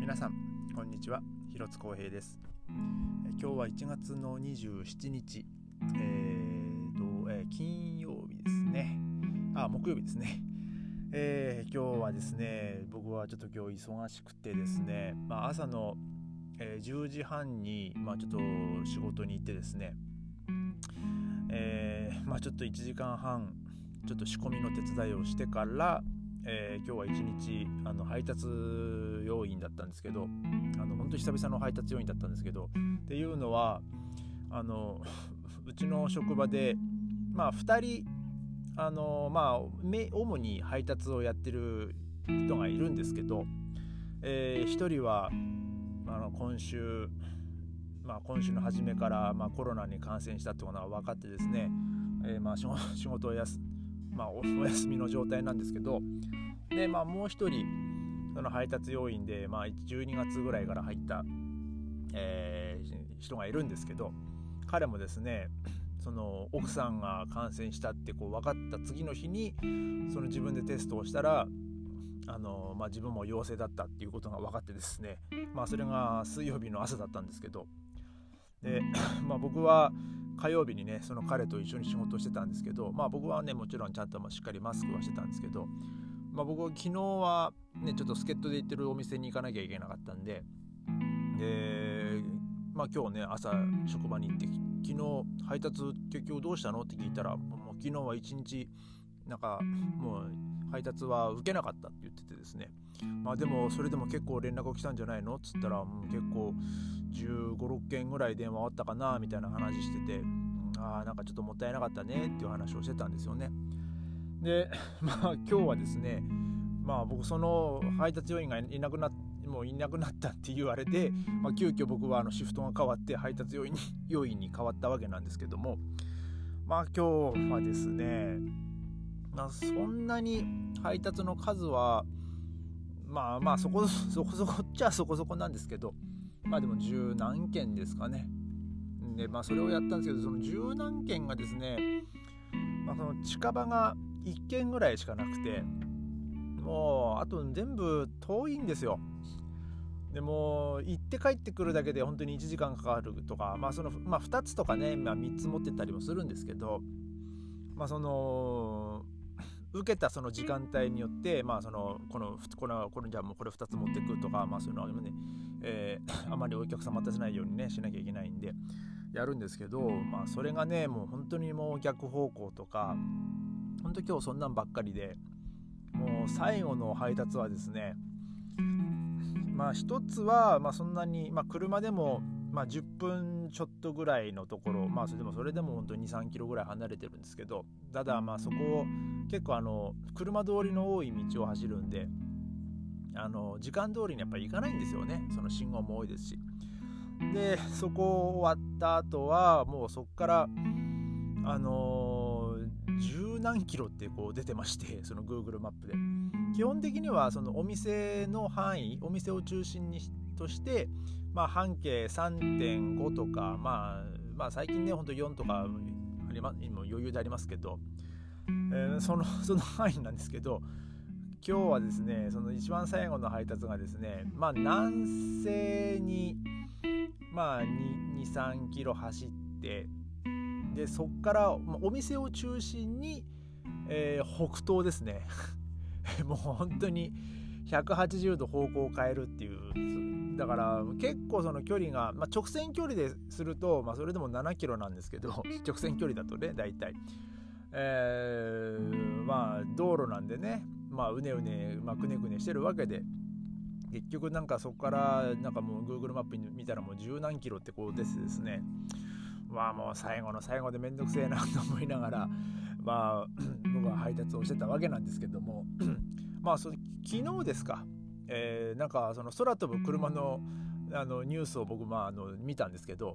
皆さんこんにちは、広津光平です。今日は1月の27日、金曜日ですね。木曜日ですね。今日はですね、僕はちょっと今日忙しくてですね、朝の、10時半に、ちょっと仕事に行ってですね、ちょっと1時間半ちょっと仕込みの手伝いをしてから、今日は一日配達要員だったんですけど、本当久々の配達要員だったんですけど、っていうのはうちの職場で2人主に配達をやってる人がいるんですけど、1人は今週の初めから、コロナに感染したってことが分かってですね、仕事をお休みの状態なんですけど、で、もう一人その配達要員で、12月ぐらいから入った、人がいるんですけど、彼もですね、その奥さんが感染したって分かった次の日にその自分でテストをしたら自分も陽性だったっていうことが分かってですね、それが水曜日の朝だったんですけど、で、僕は火曜日にねその彼と一緒に仕事をしてたんですけど、僕はねもちろんちゃんとしっかりマスクはしてたんですけど、僕は昨日はねちょっと助っ人で行ってるお店に行かなきゃいけなかったんで、今日ね朝職場に行って、昨日配達結局どうしたのって聞いたら、もう昨日は一日もう配達は受けなかったって言っててですね、でもそれでも結構連絡来たんじゃないのっつったら、結構15、6件ぐらい電話あったかなみたいな話してて、なんかちょっともったいなかったねっていう話をしてたんですよね。で、今日はですね、僕その配達要員がいなくなったっていうあれで、急遽僕はシフトが変わって配達要員に変わったわけなんですけども、今日はですね、そんなに配達の数はそこそこっちゃそこそこなんですけど、でも十何件ですかね。で、それをやったんですけど、その十何件がですね、その近場が1件ぐらいしかなくて、もうあと全部遠いんですよ。でも行って帰ってくるだけで本当に1時間かかるとか、2つとかね、3つ持ってったりもするんですけど、その受けたその時間帯によって、これじゃあもうこれ2つ持ってくとか、そういうのはね、あまりお客さん待たせないようにねしなきゃいけないんでやるんですけど、それがねもう本当にもう逆方向とか、本当今日そんなんばっかりで、もう最後の配達はですね、一つはそんなに、車でも10分ちょっとぐらいのところ、それでも本当に 2,3 キロぐらい離れてるんですけど、ただそこを結構車通りの多い道を走るんで、時間通りにやっぱり行かないんですよね。その信号も多いですし。で、そこ終わった後はもうそこから十何キロって出てまして、その Google マップで基本的にはそのお店の範囲、お店を中心にとして、半径 3.5 とか、最近ねほんと4とか今余裕でありますけど、その範囲なんですけど、今日はですねその一番最後の配達がですね、南西に2、3キロ走って、でそっからお店を中心に、北東ですねもう本当に180度方向を変えるっていう、だから結構その距離が、直線距離ですると、それでも7キロなんですけど直線距離だとね大体、道路なんでね、うねうねくねくねしてるわけで、結局そこからもう Google マップに見たらもう十何キロってですね、もう最後の最後でめんどくせえなと思いながら僕は配達をしてたわけなんですけども昨日ですか、その空飛ぶ車のニュースを僕見たんですけど、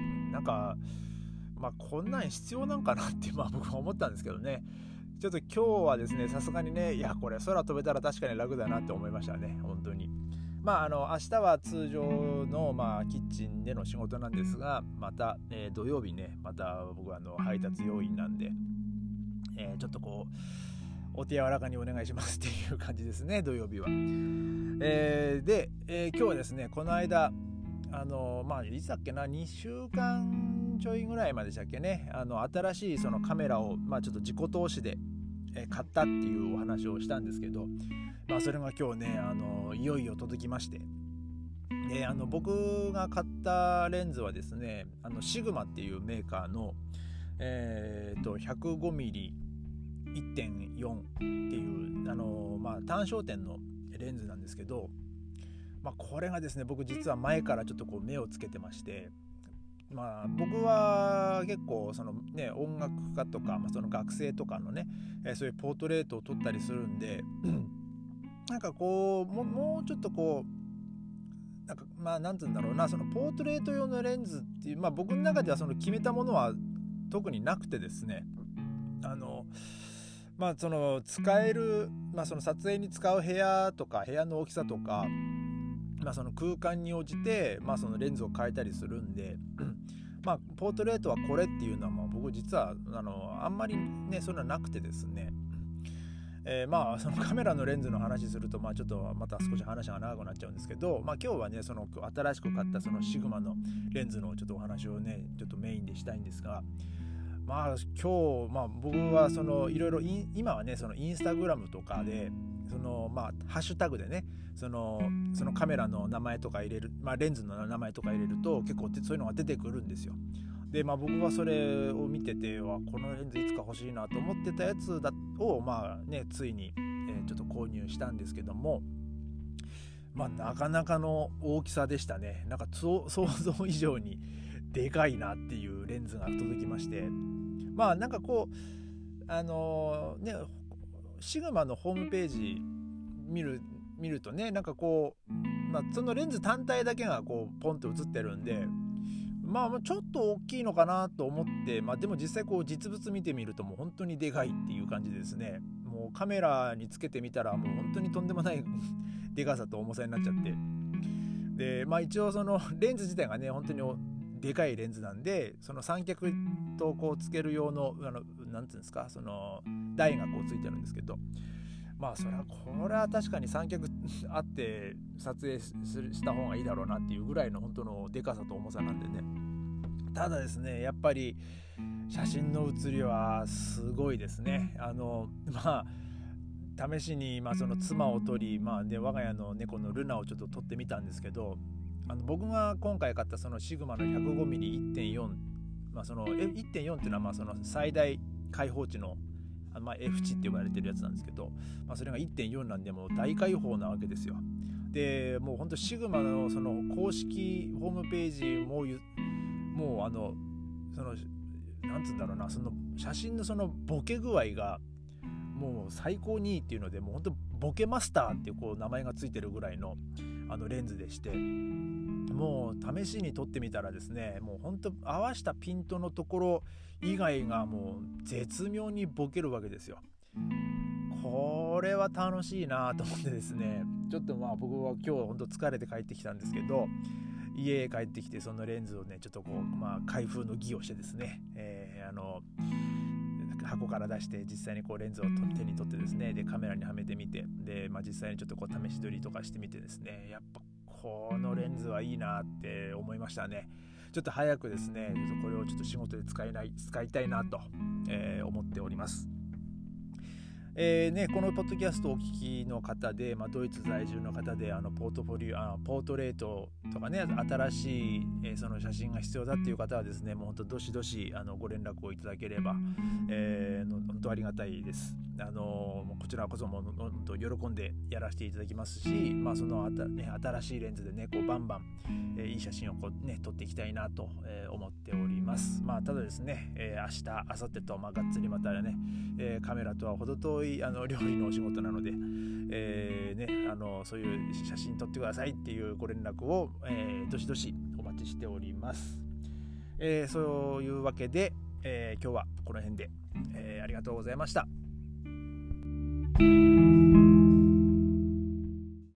こんなん必要なんかなって僕は思ったんですけどね。ちょっと今日はですねさすがにね、いやこれ空飛べたら確かに楽だなって思いましたね、本当に。明日は通常のキッチンでの仕事なんですが、また、土曜日ねまた僕は配達要員なんで、ちょっとお手柔らかにお願いしますっていう感じですね、土曜日は。で、今日はですね、この間いつだっけな、2週間ちょいぐらいまでしたっけね、新しいそのカメラを、ちょっと自己投資で買ったっていうお話をしたんですけど、それが今日ねいよいよ届きまして、で僕が買ったレンズはですね、シグマっていうメーカーの、105mm1.4 っていう単焦点のレンズなんですけど、これがですね、僕実は前からちょっとこう目をつけてまして、僕は結構そのね、音楽家とか、その学生とかのね、そういうポートレートを撮ったりするんでなんかこうもうちょっとこうなんていうんだろうな、そのポートレート用のレンズっていう、僕の中ではその決めたものは特になくてですね、その使える、その撮影に使う部屋とか部屋の大きさとか、その空間に応じて、そのレンズを変えたりするんでポートレートはこれっていうのは僕実はあんまりねそんななくてですね、そのカメラのレンズの話するとちょっとまた少し話が長くなっちゃうんですけど、今日はねその新しく買ったそのシグマのレンズのちょっとお話をねちょっとメインでしたいんですが、今日僕はそのいろいろ今はねそのインスタグラムとかでそのハッシュタグでねそのカメラの名前とか入れる、レンズの名前とか入れると結構そういうのが出てくるんですよ。で僕はそれを見ててこのレンズいつか欲しいなと思ってたやつをついに、ちょっと購入したんですけども、なかなかの大きさでしたね。なんか想像以上にでかいなっていうレンズが届きまして、なんかこうシグマのホームページ見るとね、なんかこう、そのレンズ単体だけがこうポンと映ってるんで、ちょっと大きいのかなと思って、でも実際こう実物見てみるともう本当にでかいっていう感じですね。もうカメラにつけてみたらもう本当にとんでもないでかさと重さになっちゃって、で一応そのレンズ自体がね本当にでかいレンズなんで、その三脚とこうつける用のなんていうんですか、その台がこうついてるんですけど、それはこれは確かに三脚あって撮影した方がいいだろうなっていうぐらいの本当のでかさと重さなんでね。ただですね、やっぱり写真の写りはすごいですね。試しにその妻を撮り、で我が家の猫のルナをちょっと撮ってみたんですけど、僕が今回買ったそのシグマの 105mm1.4、その 1.4 っていうのはその最大開放値のF 値って呼ばれてるやつなんですけど、それが 1.4 なんでもう大開放なわけですよ。でもうほんとシグマのその公式ホームページもうそのなんつうんだろうな、その写真のそのボケ具合がもう最高にいいっていうので、もうほんとボケマスターっていうこう名前がついてるぐらいのレンズでして、もう試しに撮ってみたらですね、もうほんと合わしたピントのところ以外がもう絶妙にボケるわけですよ。これは楽しいなと思ってですね、ちょっと僕は今日ほんと疲れて帰ってきたんですけど、家へ帰ってきてそのレンズをねちょっとこう開封の儀をしてですね、箱から出して実際にこうレンズを手に取ってですね、でカメラにはめてみて、で、実際にちょっとこう試し撮りとかしてみてですね、やっぱこのレンズはいいなって思いましたね。ちょっと早くですね、これをちょっと仕事で使いたいなと、思っております。このポッドキャストをお聞きの方で、ドイツ在住の方でポートレートとかね、新しい、その写真が必要だっていう方はですね、もう本当どしどしご連絡をいただければ、本当ありがたいです。こちらこそも本当喜んでやらせていただきますし、その新しいレンズでねこうバンバン、いい写真をこうね撮っていきたいなと、思っております。ただですね、明日明後日とがっつりまたね、カメラとは程遠い料理のお仕事なので、そういう写真撮ってくださいっていうご連絡を、どしどしお待ちしております。そういうわけで、今日はこの辺で、ありがとうございました。